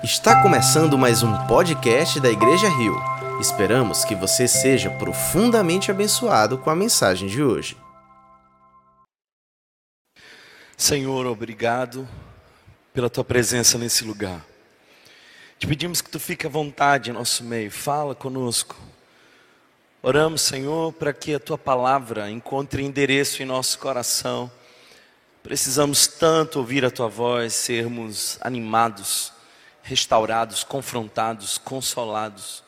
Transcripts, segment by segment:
Está começando mais um podcast da Igreja Rio. Esperamos que você seja profundamente abençoado com a mensagem de hoje. Senhor, obrigado pela Tua presença nesse lugar. Te pedimos que Tu fique à vontade em nosso meio, fala conosco. Oramos, Senhor, para que a Tua palavra encontre endereço em nosso coração. Precisamos tanto ouvir a Tua voz, sermos animados, restaurados, confrontados, consolados.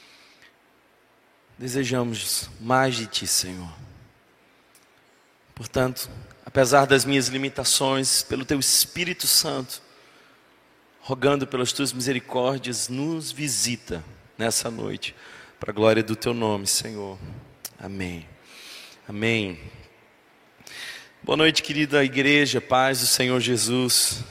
Desejamos mais de Ti, Senhor. Portanto, apesar das minhas limitações, pelo Teu Espírito Santo, rogando pelas Tuas misericórdias, nos visita nessa noite, para a glória do Teu nome, Senhor. Amém. Amém. Boa noite, querida igreja, paz do Senhor Jesus.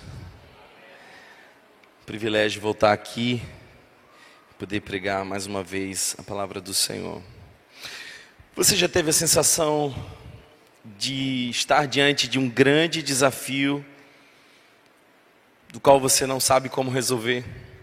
Privilégio de voltar aqui, poder pregar mais uma vez a palavra do Senhor. Você já teve a sensação de estar diante de um grande desafio, do qual você não sabe como resolver,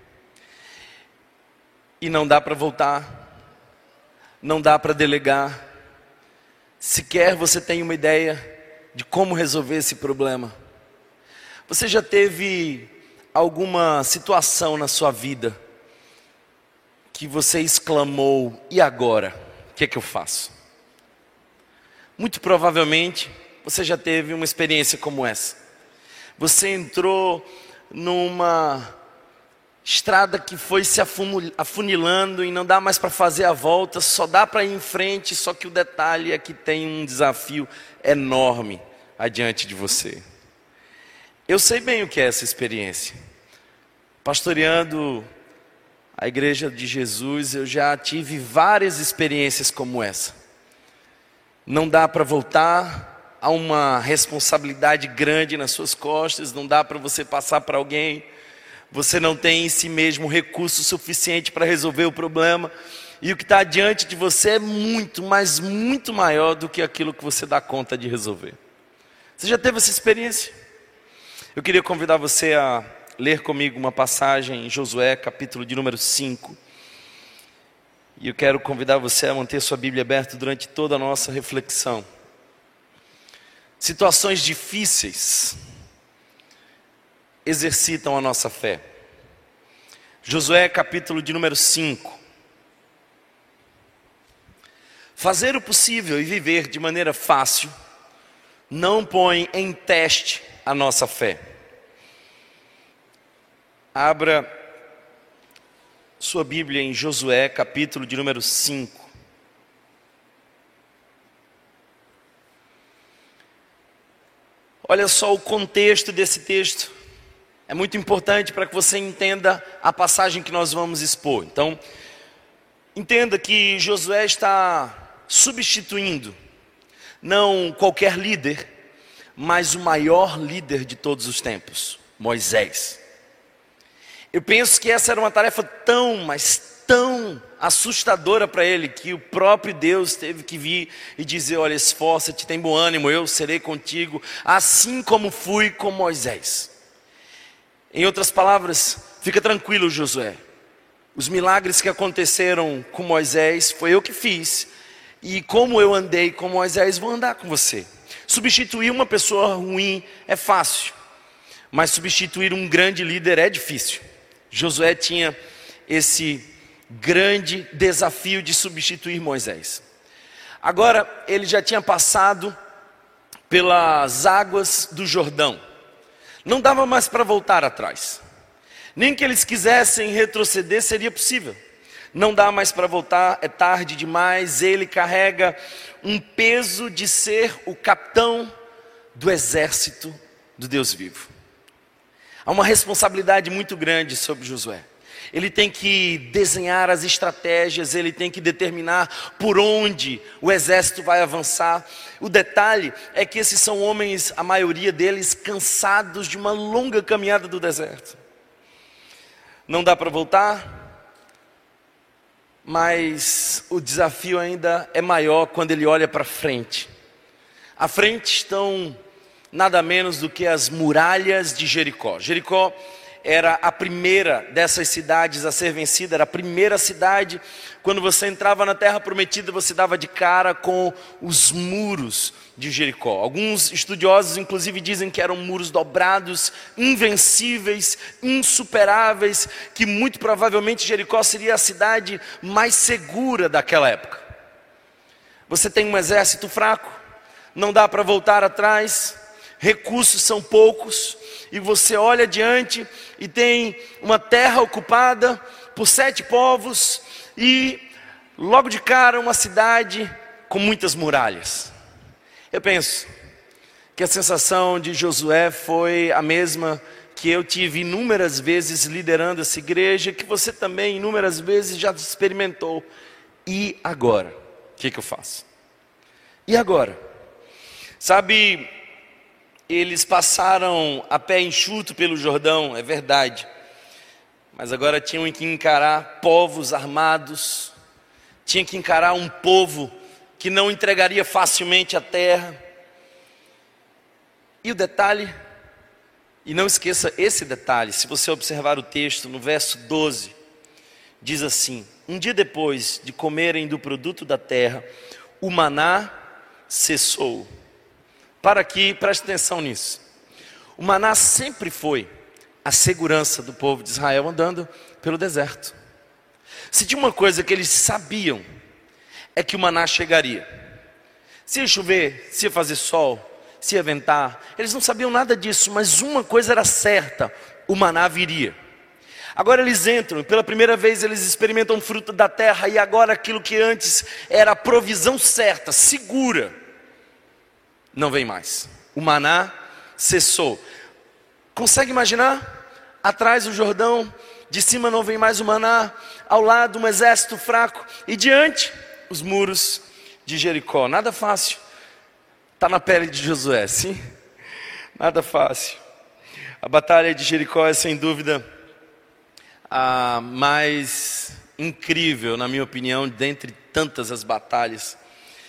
e não dá para voltar, não dá para delegar, sequer você tem uma ideia de como resolver esse problema? Você já teve alguma situação na sua vida que você exclamou: e agora? O que é que eu faço? Muito provavelmente você já teve uma experiência como essa. Você entrou numa estrada que foi se afunilando e não dá mais para fazer a volta, só dá para ir em frente, só que o detalhe é que tem um desafio enorme adiante de você. Eu sei bem o que é essa experiência. Pastoreando a Igreja de Jesus, eu já tive várias experiências como essa. Não dá para voltar, há uma responsabilidade grande nas suas costas, não dá para você passar para alguém, você não tem em si mesmo recurso suficiente para resolver o problema, e o que está diante de você é muito, mas muito maior do que aquilo que você dá conta de resolver. Você já teve essa experiência? Eu queria convidar você a ler comigo uma passagem em Josué, capítulo de número 5. E eu quero convidar você a manter sua Bíblia aberta durante toda a nossa reflexão. Situações difíceis exercitam a nossa fé. Josué, capítulo de número 5. Fazer o possível e viver de maneira fácil não põe em teste a nossa fé. Abra sua Bíblia em Josué, capítulo de número 5. Olha só o contexto desse texto. É muito importante para que você entenda a passagem que nós vamos expor. Então, entenda que Josué está substituindo, não qualquer líder, mas o maior líder de todos os tempos, Moisés. Eu penso que essa era uma tarefa tão, mas tão assustadora para ele, que o próprio Deus teve que vir e dizer: olha, esforça-te, tem bom ânimo, eu serei contigo, assim como fui com Moisés. Em outras palavras, fica tranquilo, Josué, os milagres que aconteceram com Moisés, foi eu que fiz, e como eu andei com Moisés, vou andar com você. Substituir uma pessoa ruim é fácil, mas substituir um grande líder é difícil. Josué tinha esse grande desafio de substituir Moisés. Agora, ele já tinha passado pelas águas do Jordão. Não dava mais para voltar atrás. Nem que eles quisessem retroceder seria possível. Não dá mais para voltar, é tarde demais. Ele carrega um peso de ser o capitão do exército do Deus vivo. Há uma responsabilidade muito grande sobre Josué. Ele tem que desenhar as estratégias, ele tem que determinar por onde o exército vai avançar. O detalhe é que esses são homens, a maioria deles, cansados de uma longa caminhada do deserto. Não dá para voltar, mas o desafio ainda é maior quando ele olha para frente. À frente estão nada menos do que as muralhas de Jericó. Jericó era a primeira dessas cidades a ser vencida, era a primeira cidade. Quando você entrava na Terra Prometida, você dava de cara com os muros de Jericó. Alguns estudiosos, inclusive, dizem que eram muros dobrados, invencíveis, insuperáveis, que muito provavelmente Jericó seria a cidade mais segura daquela época. Você tem um exército fraco, não dá para voltar atrás, recursos são poucos, e você olha adiante e tem uma terra ocupada por 7 povos e logo de cara uma cidade com muitas muralhas. Eu penso que a sensação de Josué foi a mesma que eu tive inúmeras vezes liderando essa igreja, que você também inúmeras vezes já experimentou. E agora? O que eu faço? E agora? Sabe, eles passaram a pé enxuto pelo Jordão, é verdade. Mas agora tinham que encarar povos armados, tinha que encarar um povo que não entregaria facilmente a terra. E o detalhe, e não esqueça esse detalhe, se você observar o texto no verso 12, diz assim: um dia depois de comerem do produto da terra, o maná cessou. Para aqui, preste atenção nisso. O maná sempre foi a segurança do povo de Israel andando pelo deserto. Se tinha uma coisa que eles sabiam, é que o maná chegaria. Se ia chover, se ia fazer sol, se ia ventar, eles não sabiam nada disso, mas uma coisa era certa: o maná viria. Agora eles entram, e pela primeira vez eles experimentam o fruto da terra, e agora aquilo que antes era a provisão certa, segura, não vem mais. O maná cessou. Consegue imaginar? Atrás do Jordão, de cima não vem mais o maná, ao lado um exército fraco, e diante os muros de Jericó. Nada fácil. Está na pele de Josué, sim? Nada fácil. A batalha de Jericó é sem dúvida a mais incrível, na minha opinião, dentre tantas as batalhas.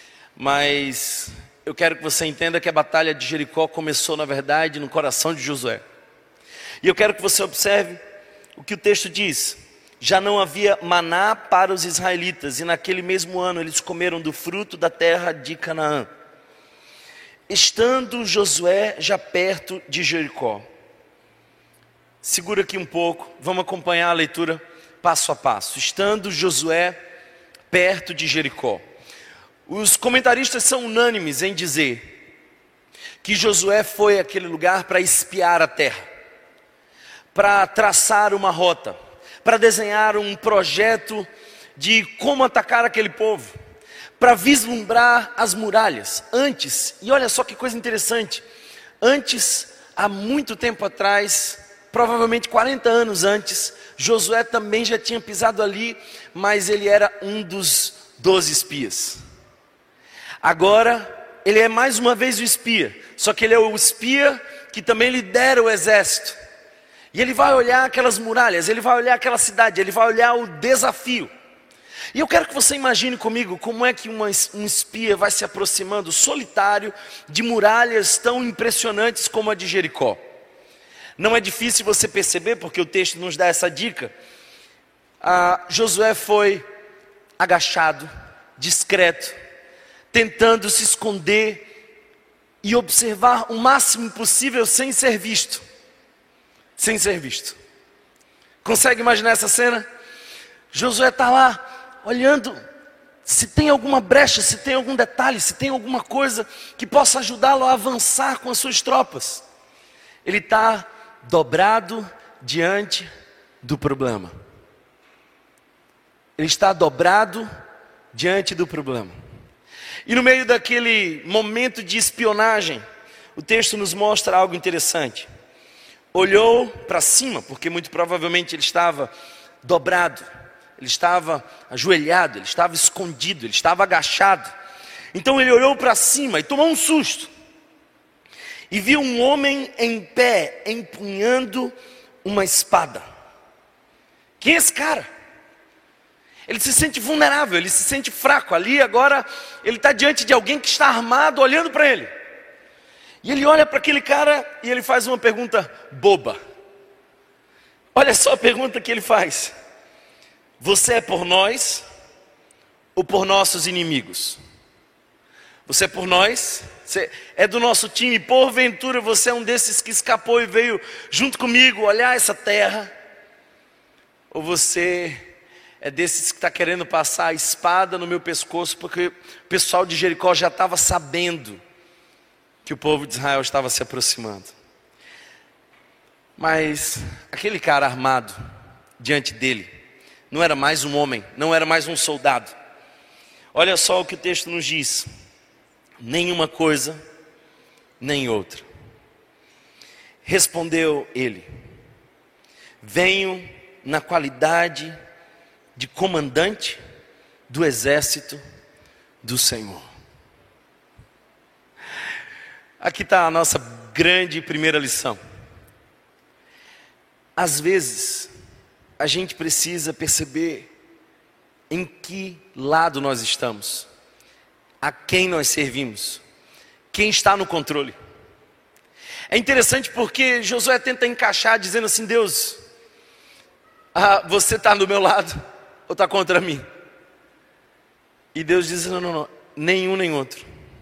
Mas eu quero que você entenda que a batalha de Jericó começou, na verdade, no coração de Josué. E eu quero que você observe o que o texto diz. Já não havia maná para os israelitas, e naquele mesmo ano eles comeram do fruto da terra de Canaã. Estando Josué já perto de Jericó. Segura aqui um pouco, vamos acompanhar a leitura passo a passo. Estando Josué perto de Jericó. Os comentaristas são unânimes em dizer que Josué foi àquele lugar para espiar a terra, para traçar uma rota, para desenhar um projeto de como atacar aquele povo, para vislumbrar as muralhas. Antes, e olha só que coisa interessante, antes, há muito tempo atrás, provavelmente 40 anos antes, Josué também já tinha pisado ali, mas ele era um dos 12 espias. Agora, ele é mais uma vez o espia, só que ele é o espia que também lidera o exército. E ele vai olhar aquelas muralhas, ele vai olhar aquela cidade, ele vai olhar o desafio. E eu quero que você imagine comigo como é que um espia vai se aproximando solitário de muralhas tão impressionantes como a de Jericó. Não é difícil você perceber, porque o texto nos dá essa dica. Josué foi agachado, discreto, tentando se esconder e observar o máximo possível sem ser visto. Sem ser visto. Consegue imaginar essa cena? Josué está lá, olhando se tem alguma brecha, se tem algum detalhe, se tem alguma coisa que possa ajudá-lo a avançar com as suas tropas. Ele está dobrado diante do problema. Ele está dobrado diante do problema. E no meio daquele momento de espionagem, o texto nos mostra algo interessante. Olhou para cima, porque muito provavelmente ele estava dobrado, ele estava ajoelhado, ele estava escondido, ele estava agachado. Então ele olhou para cima e tomou um susto. E viu um homem em pé, empunhando uma espada. Quem é esse cara? Ele se sente vulnerável, ele se sente fraco. Ali agora ele está diante de alguém que está armado, olhando para ele. E ele olha para aquele cara e ele faz uma pergunta boba. Olha só a pergunta que ele faz: você é por nós ou por nossos inimigos? Você é por nós? Você é do nosso time? Porventura você é um desses que escapou e veio junto comigo olhar essa terra? Ou você é desses que está querendo passar a espada no meu pescoço, porque o pessoal de Jericó já estava sabendo que o povo de Israel estava se aproximando? Mas aquele cara armado diante dele não era mais um homem, não era mais um soldado. Olha só o que o texto nos diz: nenhuma coisa, nem outra. Respondeu ele: venho na qualidade de comandante do exército do Senhor. Aqui está a nossa grande primeira lição. Às vezes, a gente precisa perceber em que lado nós estamos, a quem nós servimos, quem está no controle. É interessante porque Josué tenta encaixar dizendo assim: Deus, você está do meu lado ou está contra mim? E Deus diz: não, nenhum nem outro.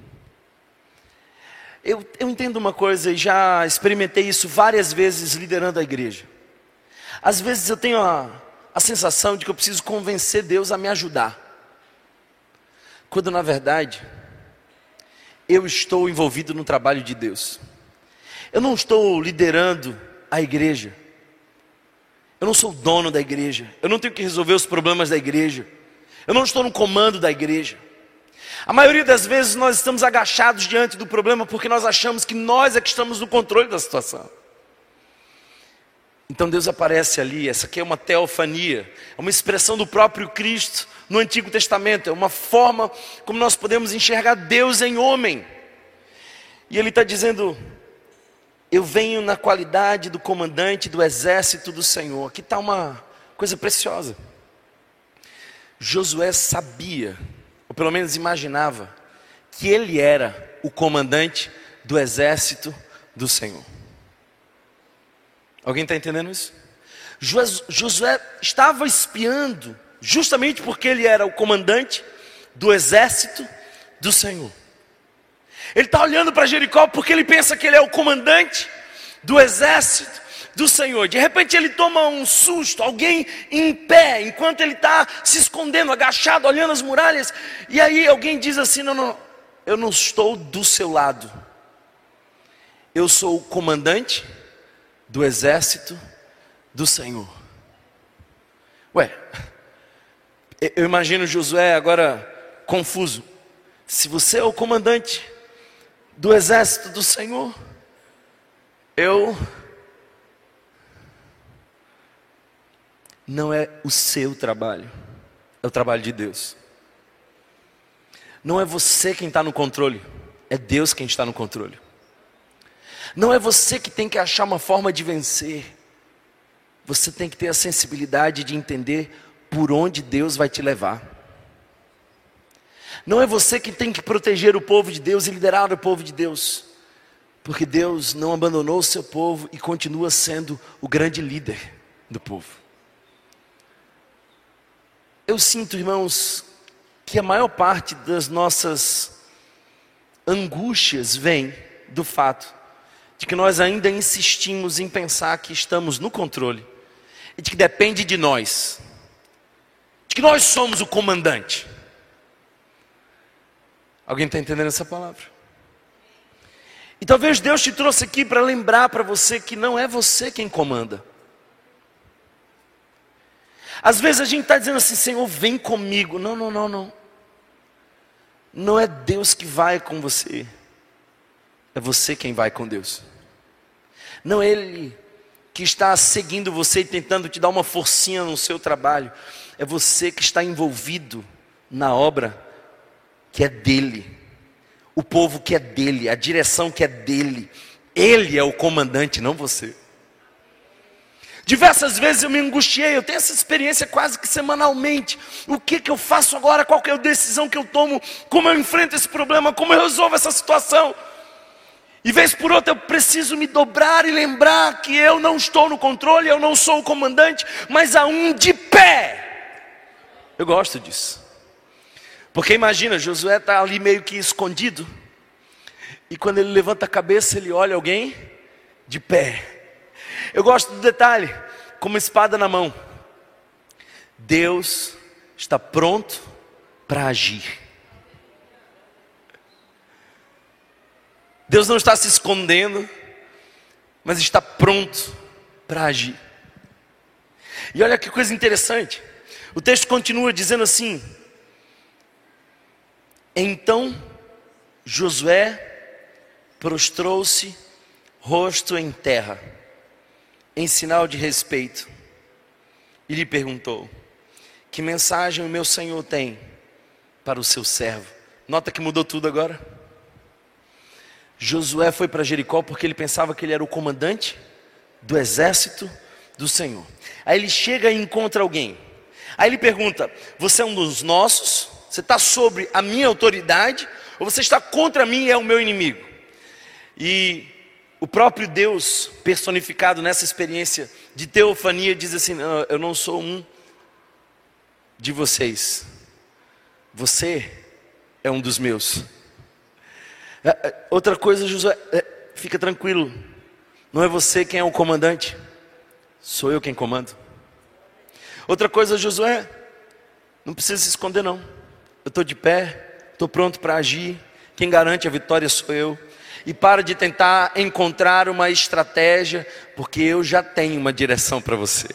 Eu entendo uma coisa e já experimentei isso várias vezes liderando a igreja. Às vezes eu tenho a sensação de que eu preciso convencer Deus a me ajudar, quando na verdade eu estou envolvido no trabalho de Deus. Eu não estou liderando a igreja, eu não sou o dono da igreja, eu não tenho que resolver os problemas da igreja, eu não estou no comando da igreja. A maioria das vezes nós estamos agachados diante do problema porque nós achamos que nós é que estamos no controle da situação. Então Deus aparece ali. Essa aqui é uma teofania, é uma expressão do próprio Cristo no Antigo Testamento, é uma forma como nós podemos enxergar Deus em homem. E Ele está dizendo: eu venho na qualidade do comandante do exército do Senhor. Aqui está uma coisa preciosa. Josué sabia, ou pelo menos imaginava, que ele era o comandante do exército do Senhor. Alguém está entendendo isso? Josué estava espiando justamente porque ele era o comandante do exército do Senhor. Ele está olhando para Jericó porque ele pensa que ele é o comandante do exército do Senhor. De repente ele toma um susto, alguém em pé, enquanto ele está se escondendo, agachado, olhando as muralhas. E aí alguém diz assim: não, eu não estou do seu lado. Eu sou o comandante do exército do Senhor. Ué, eu imagino Josué agora confuso. Se você é o comandante do exército do Senhor, não é o seu trabalho, é o trabalho de Deus. Não é você quem está no controle, é Deus quem está no controle. Não é você que tem que achar uma forma de vencer. Você tem que ter a sensibilidade de entender por onde Deus vai te levar. Não é você que tem que proteger o povo de Deus e liderar o povo de Deus, porque Deus não abandonou o seu povo e continua sendo o grande líder do povo. Eu sinto, irmãos, que a maior parte das nossas angústias vem do fato de que nós ainda insistimos em pensar que estamos no controle e de que depende de nós, de que nós somos o comandante. Alguém está entendendo essa palavra? E talvez Deus te trouxe aqui para lembrar para você que não é você quem comanda. Às vezes a gente está dizendo assim: Senhor, vem comigo. Não. Não é Deus que vai com você, é você quem vai com Deus. Não é Ele que está seguindo você e tentando te dar uma forcinha no seu trabalho. É você que está envolvido na obra que é dele, o povo que é dele, a direção que é dele. Ele é o comandante, não você. Diversas vezes eu me angustiei, eu tenho essa experiência quase que semanalmente. O que eu faço agora? Qual que é a decisão que eu tomo? Como eu enfrento esse problema? Como eu resolvo essa situação? E vez por outra eu preciso me dobrar e lembrar que eu não estou no controle, eu não sou o comandante, mas há um de pé. Eu gosto disso. Porque imagina, Josué está ali meio que escondido. E quando ele levanta a cabeça, ele olha alguém de pé. Eu gosto do detalhe, com uma espada na mão. Deus está pronto para agir. Deus não está se escondendo, mas está pronto para agir. E olha que coisa interessante. O texto continua dizendo assim: então Josué prostrou-se, rosto em terra, em sinal de respeito, e lhe perguntou: que mensagem o meu Senhor tem para o seu servo? Nota que mudou tudo agora. Josué foi para Jericó porque ele pensava que ele era o comandante do exército do Senhor. Aí ele chega e encontra alguém. Aí ele pergunta: você é um dos nossos? Você está sobre a minha autoridade? Ou você está contra mim e é o meu inimigo? E o próprio Deus personificado nessa experiência de teofania diz assim: não, eu não sou um de vocês. Você é um dos meus. Outra coisa, Josué, fica tranquilo. Não é você quem é o comandante, sou eu quem comando. Outra coisa, Josué, não precisa se esconder não. Eu estou de pé, estou pronto para agir. Quem garante a vitória sou eu. E para de tentar encontrar uma estratégia, porque eu já tenho uma direção para você.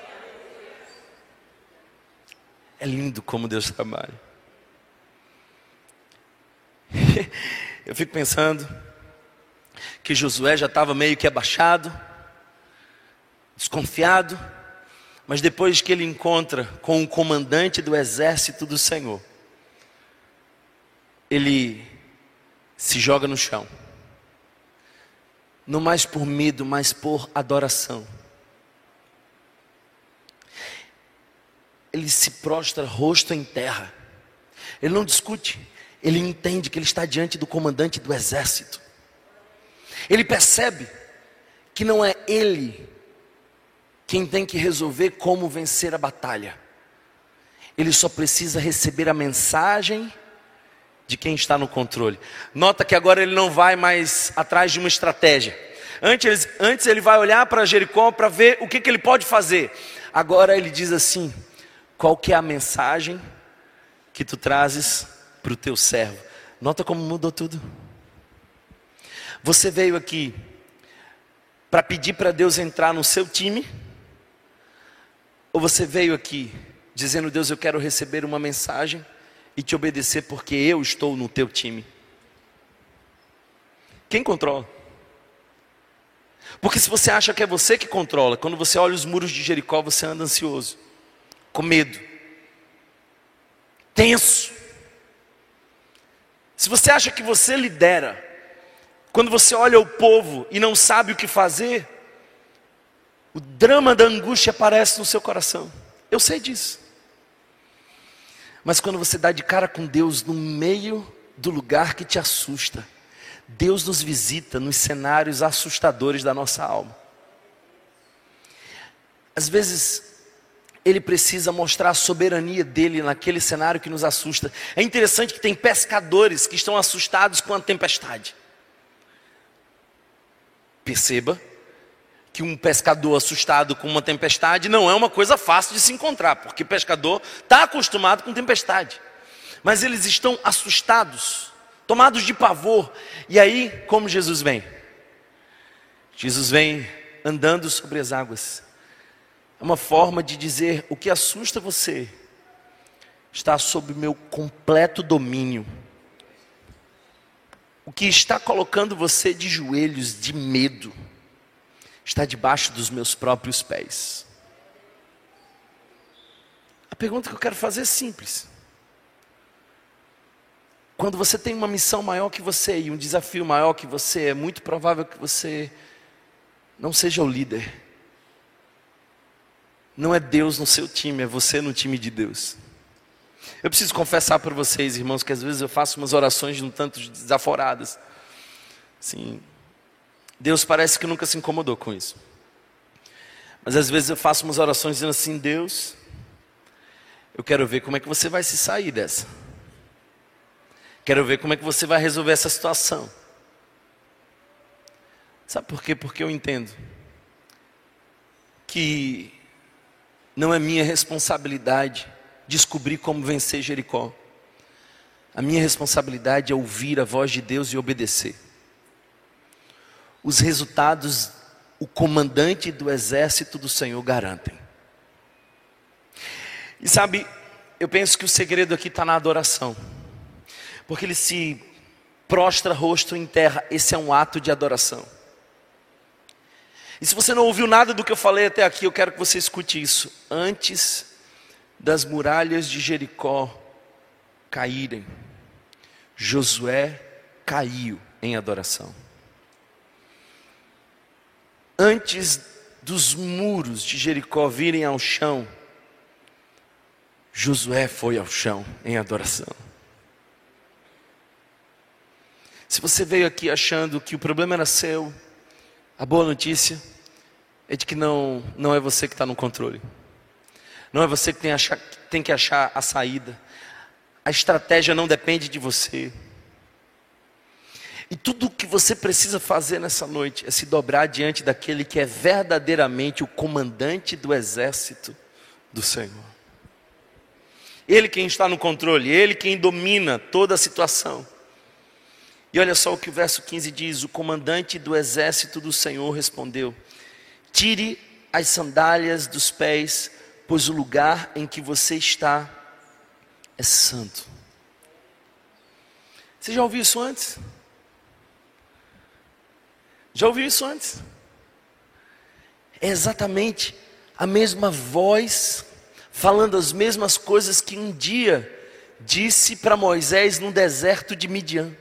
É lindo como Deus trabalha. Eu fico pensando que Josué já estava meio que abaixado, desconfiado, mas depois que ele encontra com o comandante do exército do Senhor, ele se joga no chão, não mais por medo, mas por adoração. Ele se prostra rosto em terra, ele não discute. Ele entende que ele está diante do comandante do exército. Ele percebe que não é ele quem tem que resolver como vencer a batalha. Ele só precisa receber a mensagem de quem está no controle. Nota que agora ele não vai mais atrás de uma estratégia. Antes ele vai olhar para Jericó para ver o que ele pode fazer. Agora ele diz assim: qual que é a mensagem que tu trazes para o teu servo? Nota como mudou tudo. Você veio aqui para pedir para Deus entrar no seu time? Ou você veio aqui dizendo: Deus, eu quero receber uma mensagem e te obedecer porque eu estou no teu time? Quem controla? Porque se você acha que é você que controla, quando você olha os muros de Jericó, você anda ansioso, com medo, tenso. Se você acha que você lidera, quando você olha o povo e não sabe o que fazer, o drama da angústia aparece no seu coração. Eu sei disso. Mas quando você dá de cara com Deus no meio do lugar que te assusta, Deus nos visita nos cenários assustadores da nossa alma. Às vezes Ele precisa mostrar a soberania dele naquele cenário que nos assusta. É interessante que tem pescadores que estão assustados com a tempestade. Perceba que um pescador assustado com uma tempestade não é uma coisa fácil de se encontrar, porque pescador está acostumado com tempestade. Mas eles estão assustados, tomados de pavor. E aí, como Jesus vem? Jesus vem andando sobre as águas. É uma forma de dizer: o que assusta você está sob meu completo domínio. O que está colocando você de joelhos, de medo, está debaixo dos meus próprios pés. A pergunta que eu quero fazer é simples. Quando você tem uma missão maior que você e um desafio maior que você, é muito provável que você não seja o líder. Não é Deus no seu time, é você no time de Deus. Eu preciso confessar para vocês, irmãos, que às vezes eu faço umas orações um tanto desaforadas. Assim, Deus parece que nunca se incomodou com isso. Mas às vezes eu faço umas orações dizendo assim: Deus, eu quero ver como é que você vai se sair dessa. Quero ver como é que você vai resolver essa situação. Sabe por quê? Porque eu entendo que não é minha responsabilidade descobrir como vencer Jericó. A minha responsabilidade é ouvir a voz de Deus e obedecer. Os resultados, o comandante do exército do Senhor garantem. E sabe, eu penso que o segredo aqui está na adoração. Porque ele se prostra rosto em terra. Esse é um ato de adoração. E se você não ouviu nada do que eu falei até aqui, eu quero que você escute isso. Antes das muralhas de Jericó caírem, Josué caiu em adoração. Antes dos muros de Jericó virem ao chão, Josué foi ao chão em adoração. Se você veio aqui achando que o problema era seu, a boa notícia é de que não é você que está no controle. Não é você que tem que achar a saída. A estratégia não depende de você. E tudo o que você precisa fazer nessa noite é se dobrar diante daquele que é verdadeiramente o comandante do exército do Senhor. Ele quem está no controle, Ele quem domina toda a situação. E olha só o que o verso 15 diz: o comandante do exército do Senhor respondeu: tire as sandálias dos pés, pois o lugar em que você está é santo. Você já ouviu isso antes? Já ouviu isso antes? É exatamente a mesma voz, falando as mesmas coisas que um dia disse para Moisés no deserto de Midian.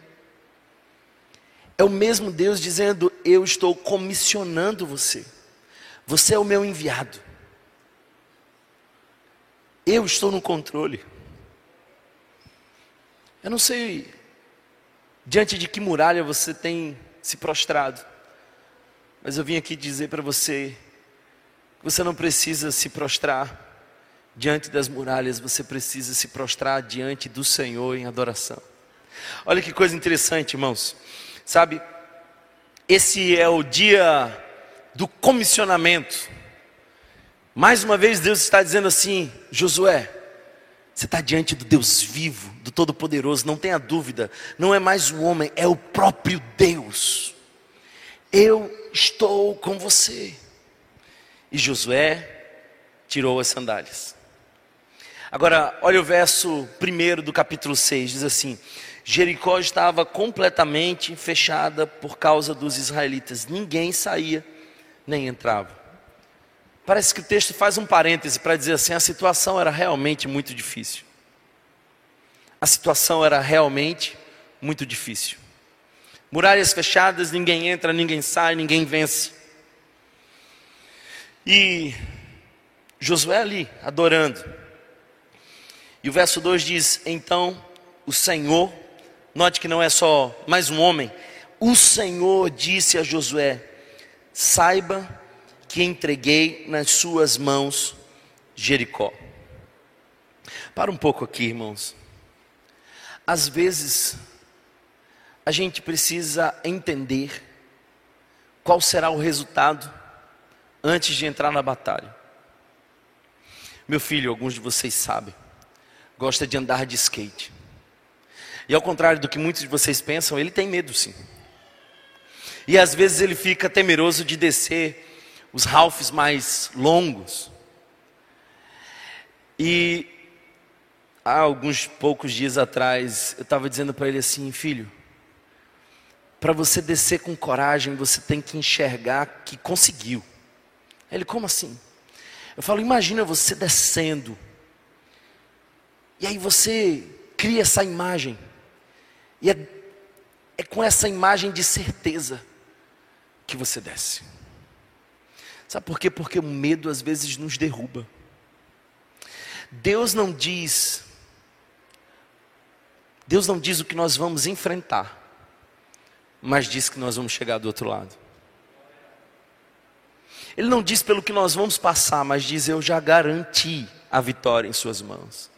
É o mesmo Deus dizendo: eu estou comissionando você. Você é o meu enviado. Eu estou no controle. Eu não sei diante de que muralha você tem se prostrado, mas eu vim aqui dizer para você que você não precisa se prostrar diante das muralhas, você precisa se prostrar diante do Senhor em adoração. Olha que coisa interessante, irmãos. Sabe, esse é o dia do comissionamento. Mais uma vez Deus está dizendo assim: Josué, você está diante do Deus vivo, do Todo-Poderoso, não tenha dúvida. Não é mais um homem, é o próprio Deus. Eu estou com você. E Josué tirou as sandálias. Agora, olha o verso 1 do capítulo 6, diz assim: Jericó estava completamente fechada por causa dos israelitas. Ninguém saía, nem entrava. Parece que o texto faz um parêntese para dizer assim: a situação era realmente muito difícil. A situação era realmente muito difícil. Muralhas fechadas, ninguém entra, ninguém sai, ninguém vence. E Josué ali, adorando. E o verso 2 diz: então o Senhor, note que não é só mais um homem, o Senhor disse a Josué: saiba que entreguei nas suas mãos Jericó. Para um pouco aqui, irmãos. Às vezes a gente precisa entender qual será o resultado antes de entrar na batalha. Meu filho, alguns de vocês sabem, gosta de andar de skate. E ao contrário do que muitos de vocês pensam, ele tem medo sim. E às vezes ele fica temeroso de descer os halfs mais longos. E há alguns poucos dias atrás, eu estava dizendo para ele assim: filho, para você descer com coragem, você tem que enxergar que conseguiu. Ele: como assim? Eu falo: imagina você descendo, e aí você cria essa imagem, e é com essa imagem de certeza que você desce. Sabe por quê? Porque o medo às vezes nos derruba. Deus não diz o que nós vamos enfrentar, mas diz que nós vamos chegar do outro lado. Ele não diz pelo que nós vamos passar, mas diz: eu já garanti a vitória em suas mãos.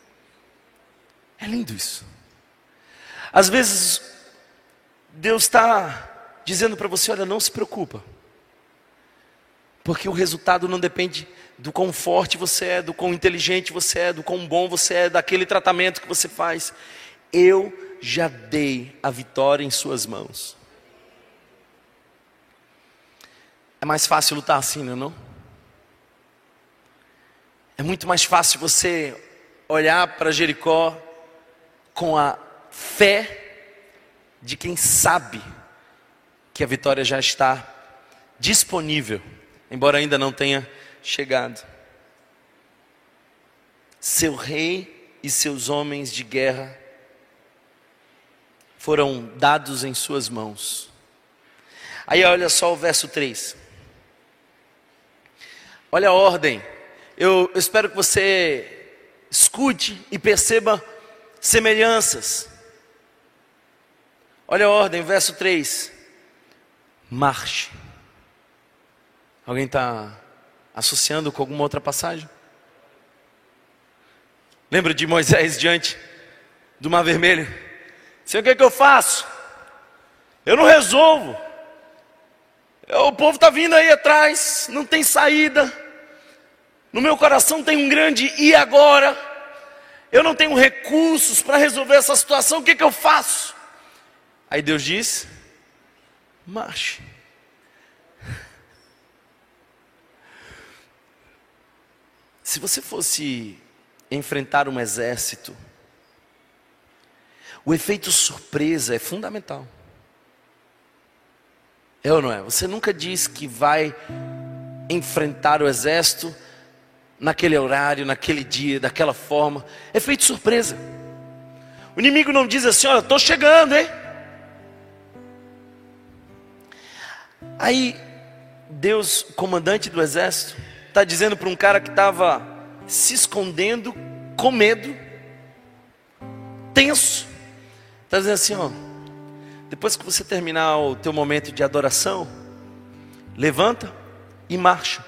É lindo isso. Às vezes, Deus está dizendo para você: olha, não se preocupa. Porque o resultado não depende do quão forte você é, do quão inteligente você é, do quão bom você é, daquele tratamento que você faz. Eu já dei a vitória em suas mãos. É mais fácil lutar assim, não é não? É muito mais fácil você olhar para Jericó com a fé de quem sabe que a vitória já está disponível, embora ainda não tenha chegado. Seu rei e seus homens de guerra foram dados em suas mãos. Aí olha só o verso 3. Olha a ordem. Eu espero que você escute e perceba semelhanças. Olha a ordem, verso 3. Marche. Alguém está associando com alguma outra passagem? Lembra de Moisés diante do Mar Vermelho? Senhor, o que é que eu faço? Eu não resolvo. O povo está vindo aí atrás, não tem saída. No meu coração tem um grande e agora? Eu não tenho recursos para resolver essa situação, o que é que eu faço? Aí Deus diz: marche. Se você fosse enfrentar um exército, o efeito surpresa é fundamental. É ou não é? Você nunca diz que vai enfrentar o exército naquele horário, naquele dia, daquela forma. Efeito surpresa. O inimigo não diz assim: olha, estou chegando, hein? Aí Deus, comandante do exército, está dizendo para um cara que estava se escondendo, com medo, tenso, está dizendo assim: ó, depois que você terminar o teu momento de adoração, levanta e marcha.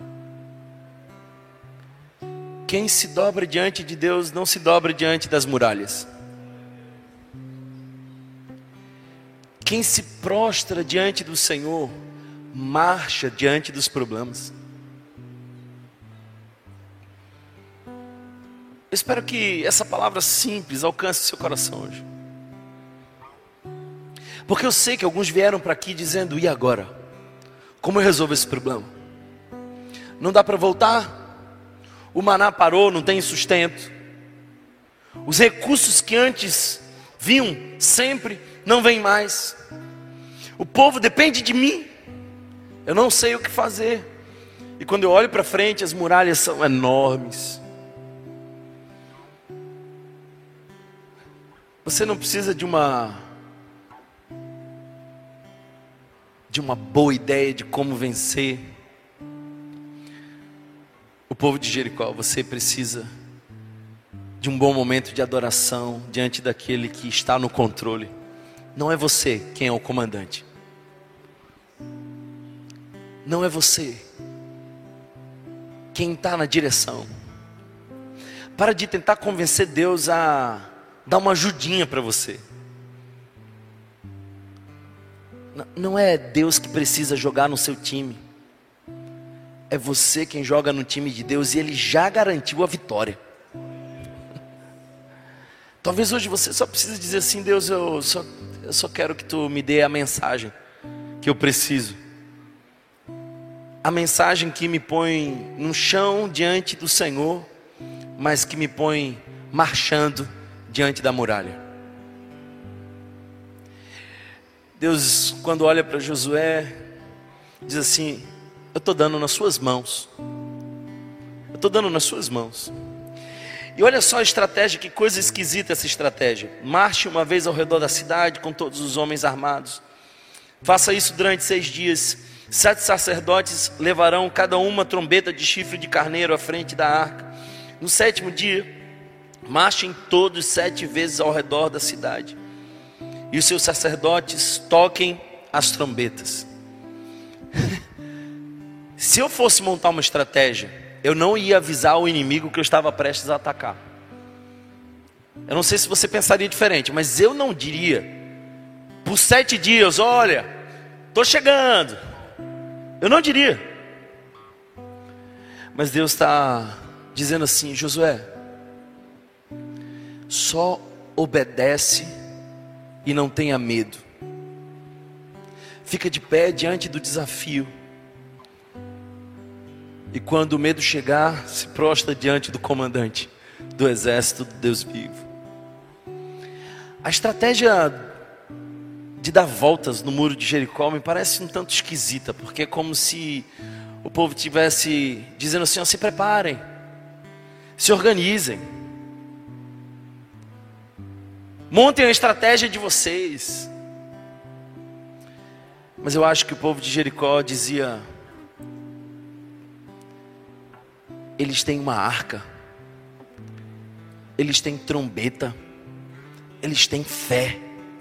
Quem se dobra diante de Deus não se dobra diante das muralhas. Quem se prostra diante do Senhor marcha diante dos problemas. Eu espero que essa palavra simples alcance o seu coração hoje. Porque eu sei que alguns vieram para aqui dizendo: e agora? Como eu resolvo esse problema? Não dá para voltar? O maná parou, não tem sustento. Os recursos que antes vinham sempre, não vêm mais. O povo depende de mim. Eu não sei o que fazer. E quando eu olho para frente, as muralhas são enormes. Você não precisa de uma boa ideia de como vencer o povo de Jericó. Você precisa de um bom momento de adoração diante daquele que está no controle. Não é você quem é o comandante. Não é você quem está na direção. Para de tentar convencer Deus a dar uma ajudinha para você. Não é Deus que precisa jogar no seu time. É você quem joga no time de Deus e Ele já garantiu a vitória. Talvez hoje você só precise dizer assim: Deus, eu só quero que Tu me dê a mensagem que eu preciso. A mensagem que me põe no chão diante do Senhor, mas que me põe marchando diante da muralha. Deus, quando olha para Josué, diz assim: eu estou dando nas suas mãos. Eu estou dando nas suas mãos. E olha só a estratégia, que coisa esquisita essa estratégia. Marche uma vez ao redor da cidade com todos os homens armados. Faça isso durante 6 dias. 7 sacerdotes levarão cada uma trombeta de chifre de carneiro à frente da arca. No 7º dia, marchem todos 7 vezes ao redor da cidade. E os seus sacerdotes toquem as trombetas. Se eu fosse montar uma estratégia, eu não ia avisar o inimigo que eu estava prestes a atacar. Eu não sei se você pensaria diferente, mas eu não diria, por 7 dias, olha, estou chegando. Eu não diria. Mas Deus está dizendo assim: Josué, só obedece e não tenha medo. Fica de pé diante do desafio. E quando o medo chegar, se prostra diante do comandante do exército do Deus vivo. A estratégia de dar voltas no muro de Jericó me parece um tanto esquisita, porque é como se o povo estivesse dizendo assim: ó, se preparem, se organizem, montem a estratégia de vocês. Mas eu acho que o povo de Jericó dizia: eles têm uma arca, eles têm trombeta, eles têm fé.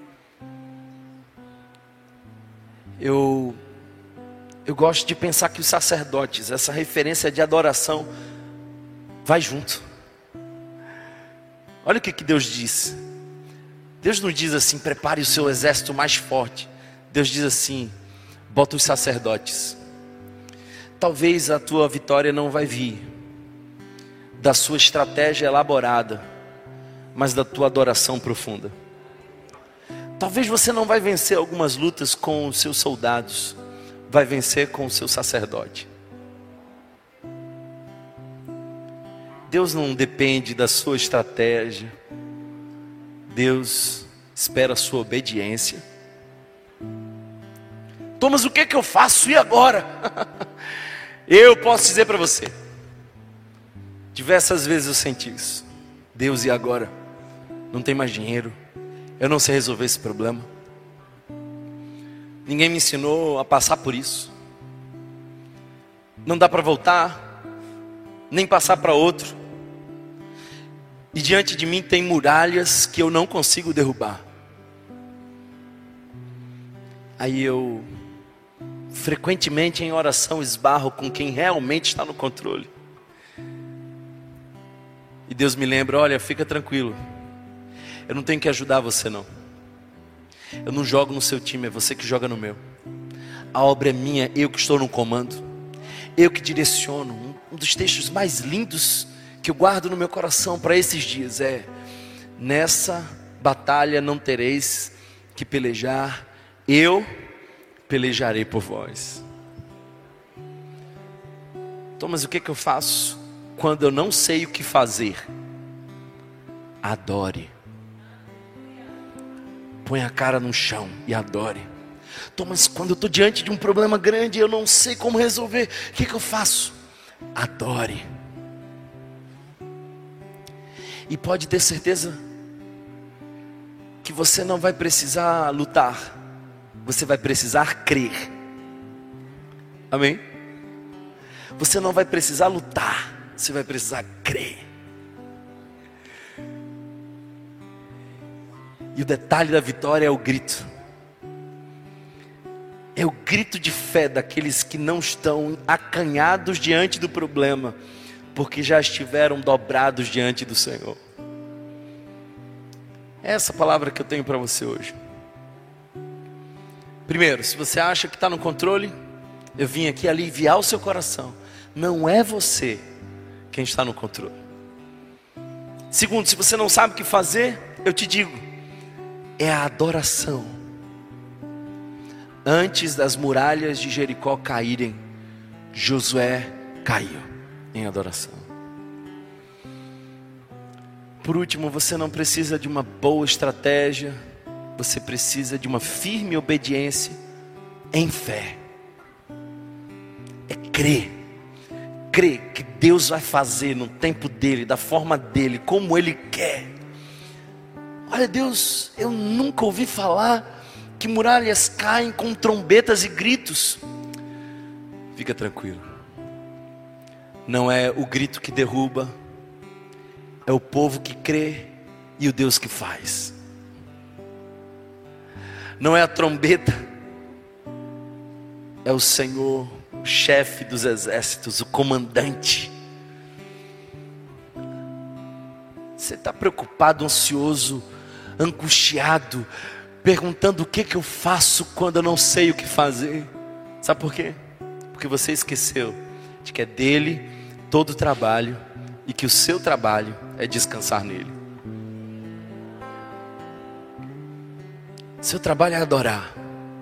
Eu gosto de pensar que os sacerdotes, essa referência de adoração, vai junto. Olha o que Deus diz. Deus não diz assim: prepare o seu exército mais forte. Deus diz assim: bota os sacerdotes. Talvez a tua vitória não vai vir da sua estratégia elaborada, mas da tua adoração profunda. Talvez você não vai vencer algumas lutas com os seus soldados, vai vencer com o seu sacerdote. Deus não depende da sua estratégia. Deus espera a sua obediência. Thomas, o que é que eu faço? E agora? Eu posso dizer para você, diversas vezes eu senti isso. Deus, e agora? Não tem mais dinheiro, eu não sei resolver esse problema. Ninguém me ensinou a passar por isso. Não dá para voltar, nem passar para outro. E diante de mim tem muralhas que eu não consigo derrubar. Aí eu frequentemente em oração esbarro com quem realmente está no controle. E Deus me lembra: olha, fica tranquilo, eu não tenho que ajudar você não. Eu não jogo no seu time, é você que joga no meu. A obra é minha, eu que estou no comando, eu que direciono. Um dos textos mais lindos que eu guardo no meu coração para esses dias é: nessa batalha não tereis que pelejar, eu pelejarei por vós. Então, mas o que eu faço quando eu não sei o que fazer? Adore. Põe a cara no chão e adore. Então, mas quando eu estou diante de um problema grande e eu não sei como resolver, o que eu faço? Adore. E pode ter certeza que você não vai precisar lutar, você vai precisar crer. Amém? Você não vai precisar lutar, você vai precisar crer. E o detalhe da vitória é o grito. É o grito de fé daqueles que não estão acanhados diante do problema, porque já estiveram dobrados diante do Senhor. É essa palavra que eu tenho para você hoje. Primeiro, se você acha que está no controle, eu vim aqui aliviar o seu coração. Não é você quem está no controle. Segundo, se você não sabe o que fazer, eu te digo, é a adoração. Antes das muralhas de Jericó caírem, Josué caiu em adoração. Por último, você não precisa de uma boa estratégia, você precisa de uma firme obediência em fé. É crer. Crer que Deus vai fazer no tempo dele, da forma dele, como ele quer. Olha, Deus, eu nunca ouvi falar que muralhas caem com trombetas e gritos. Fica tranquilo. Não é o grito que derruba, é o povo que crê e o Deus que faz. Não é a trombeta, é o Senhor o chefe dos exércitos, o comandante. Você está preocupado, ansioso, angustiado, perguntando o que eu faço quando eu não sei o que fazer. Sabe por quê? Porque você esqueceu de que é dele todo o trabalho e que o seu trabalho é descansar nele. Seu trabalho é adorar.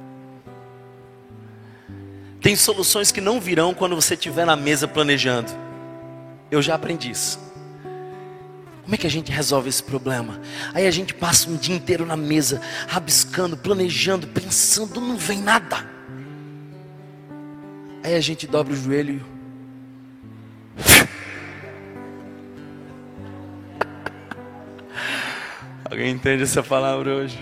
Tem soluções que não virão quando você estiver na mesa planejando. Eu já aprendi isso. Como é que a gente resolve esse problema? Aí a gente passa um dia inteiro na mesa, rabiscando, planejando, pensando, não vem nada. Aí a gente dobra o joelho e... Alguém entende essa palavra hoje?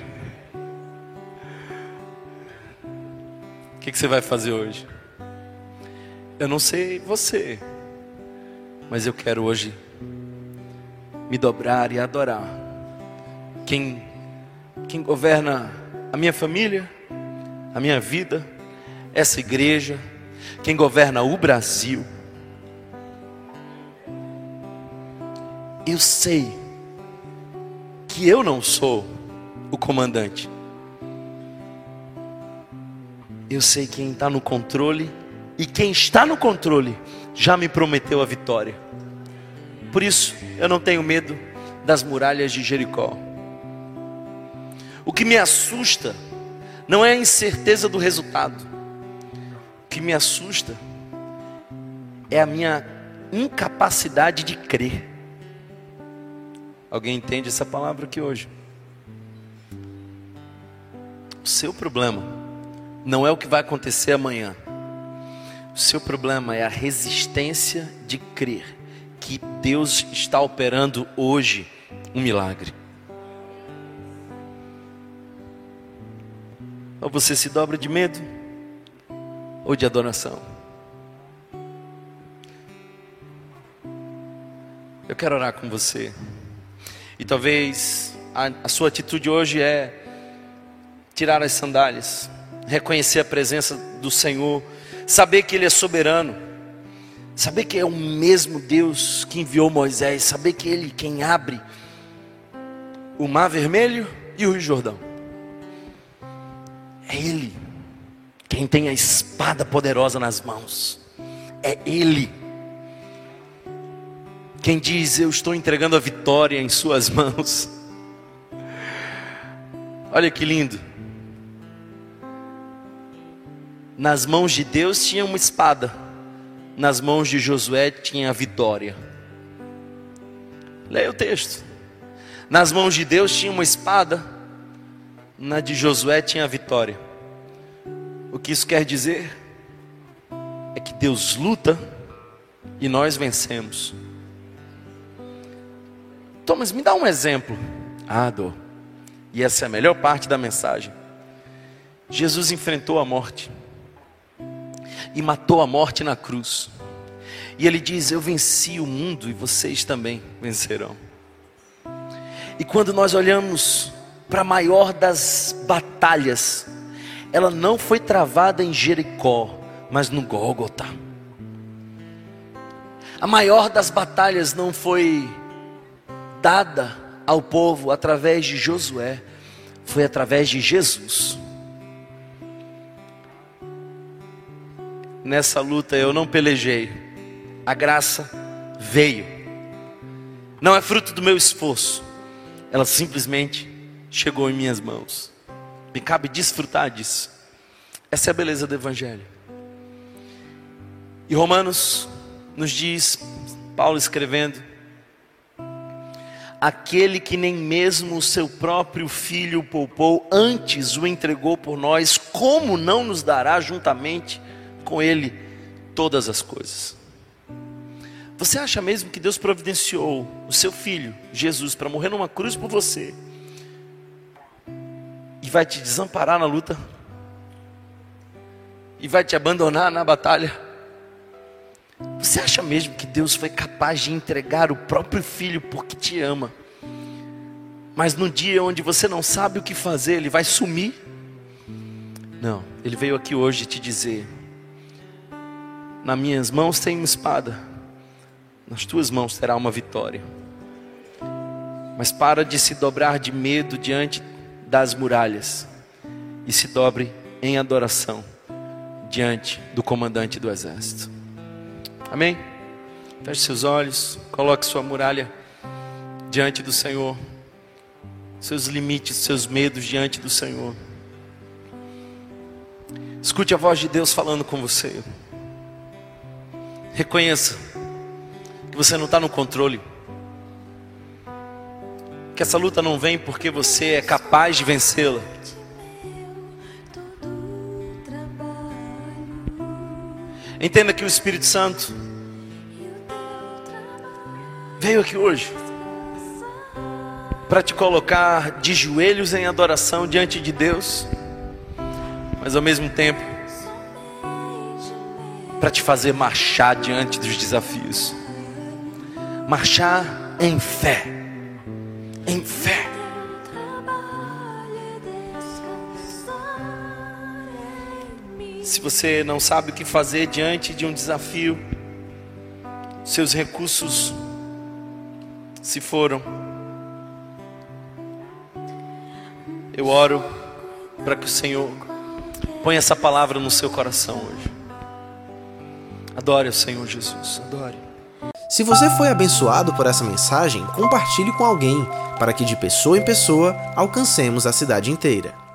O que você vai fazer hoje? Eu não sei você, mas eu quero hoje me dobrar e adorar quem governa a minha família, a minha vida, essa igreja, quem governa o Brasil. Eu sei que eu não sou o comandante. Eu sei quem está no controle, e quem está no controle já me prometeu a vitória. Por isso eu não tenho medo das muralhas de Jericó. O que me assusta não é a incerteza do resultado. O que me assusta é a minha incapacidade de crer. Alguém entende essa palavra aqui hoje? O seu problema não é o que vai acontecer amanhã. O seu problema é a resistência de crer que Deus está operando hoje um milagre. Ou você se dobra de medo ou de adoração. Eu quero orar com você. E talvez a sua atitude hoje é tirar as sandálias, reconhecer a presença do Senhor, saber que Ele é soberano, saber que é o mesmo Deus que enviou Moisés, saber que Ele quem abre o Mar Vermelho e o Rio Jordão. É Ele quem tem a espada poderosa nas mãos. É Ele quem diz: eu estou entregando a vitória em suas mãos. Olha que lindo. Nas mãos de Deus tinha uma espada, nas mãos de Josué tinha a vitória. Leia o texto. Nas mãos de Deus tinha uma espada, na de Josué tinha a vitória. O que isso quer dizer? É que Deus luta e nós vencemos. Thomas, me dá um exemplo. Dou. E essa é a melhor parte da mensagem. Jesus enfrentou a morte e matou a morte na cruz. E Ele diz: eu venci o mundo e vocês também vencerão. E quando nós olhamos para a maior das batalhas, ela não foi travada em Jericó, mas no Gólgota. A maior das batalhas não foi dada ao povo através de Josué, foi através de Jesus. Nessa luta eu não pelejei, a graça veio. Não é fruto do meu esforço, ela simplesmente chegou em minhas mãos. Me cabe desfrutar disso. Essa é a beleza do Evangelho. E Romanos nos diz, Paulo escrevendo: aquele que nem mesmo o seu próprio filho poupou, antes o entregou por nós, como não nos dará juntamente com Ele todas as coisas? Você acha mesmo que Deus providenciou o seu filho, Jesus, para morrer numa cruz por você e vai te desamparar na luta? E vai te abandonar na batalha? Você acha mesmo que Deus foi capaz de entregar o próprio filho porque te ama, mas no dia onde você não sabe o que fazer, Ele vai sumir? Não, Ele veio aqui hoje te dizer: nas minhas mãos tem uma espada, nas tuas mãos terá uma vitória. Mas para de se dobrar de medo diante das muralhas e se dobre em adoração diante do comandante do exército. Amém? Feche seus olhos, coloque sua muralha diante do Senhor, seus limites, seus medos diante do Senhor. Escute a voz de Deus falando com você. Reconheça que você não está no controle, que essa luta não vem porque você é capaz de vencê-la. Entenda que o Espírito Santo veio aqui hoje para te colocar de joelhos em adoração diante de Deus, mas ao mesmo tempo para te fazer marchar diante dos desafios. Marchar em fé. Em fé. Se você não sabe o que fazer diante de um desafio, seus recursos se foram. Eu oro para que o Senhor ponha essa palavra no seu coração hoje. Adore o Senhor Jesus, adore. Se você foi abençoado por essa mensagem, compartilhe com alguém, para que de pessoa em pessoa alcancemos a cidade inteira.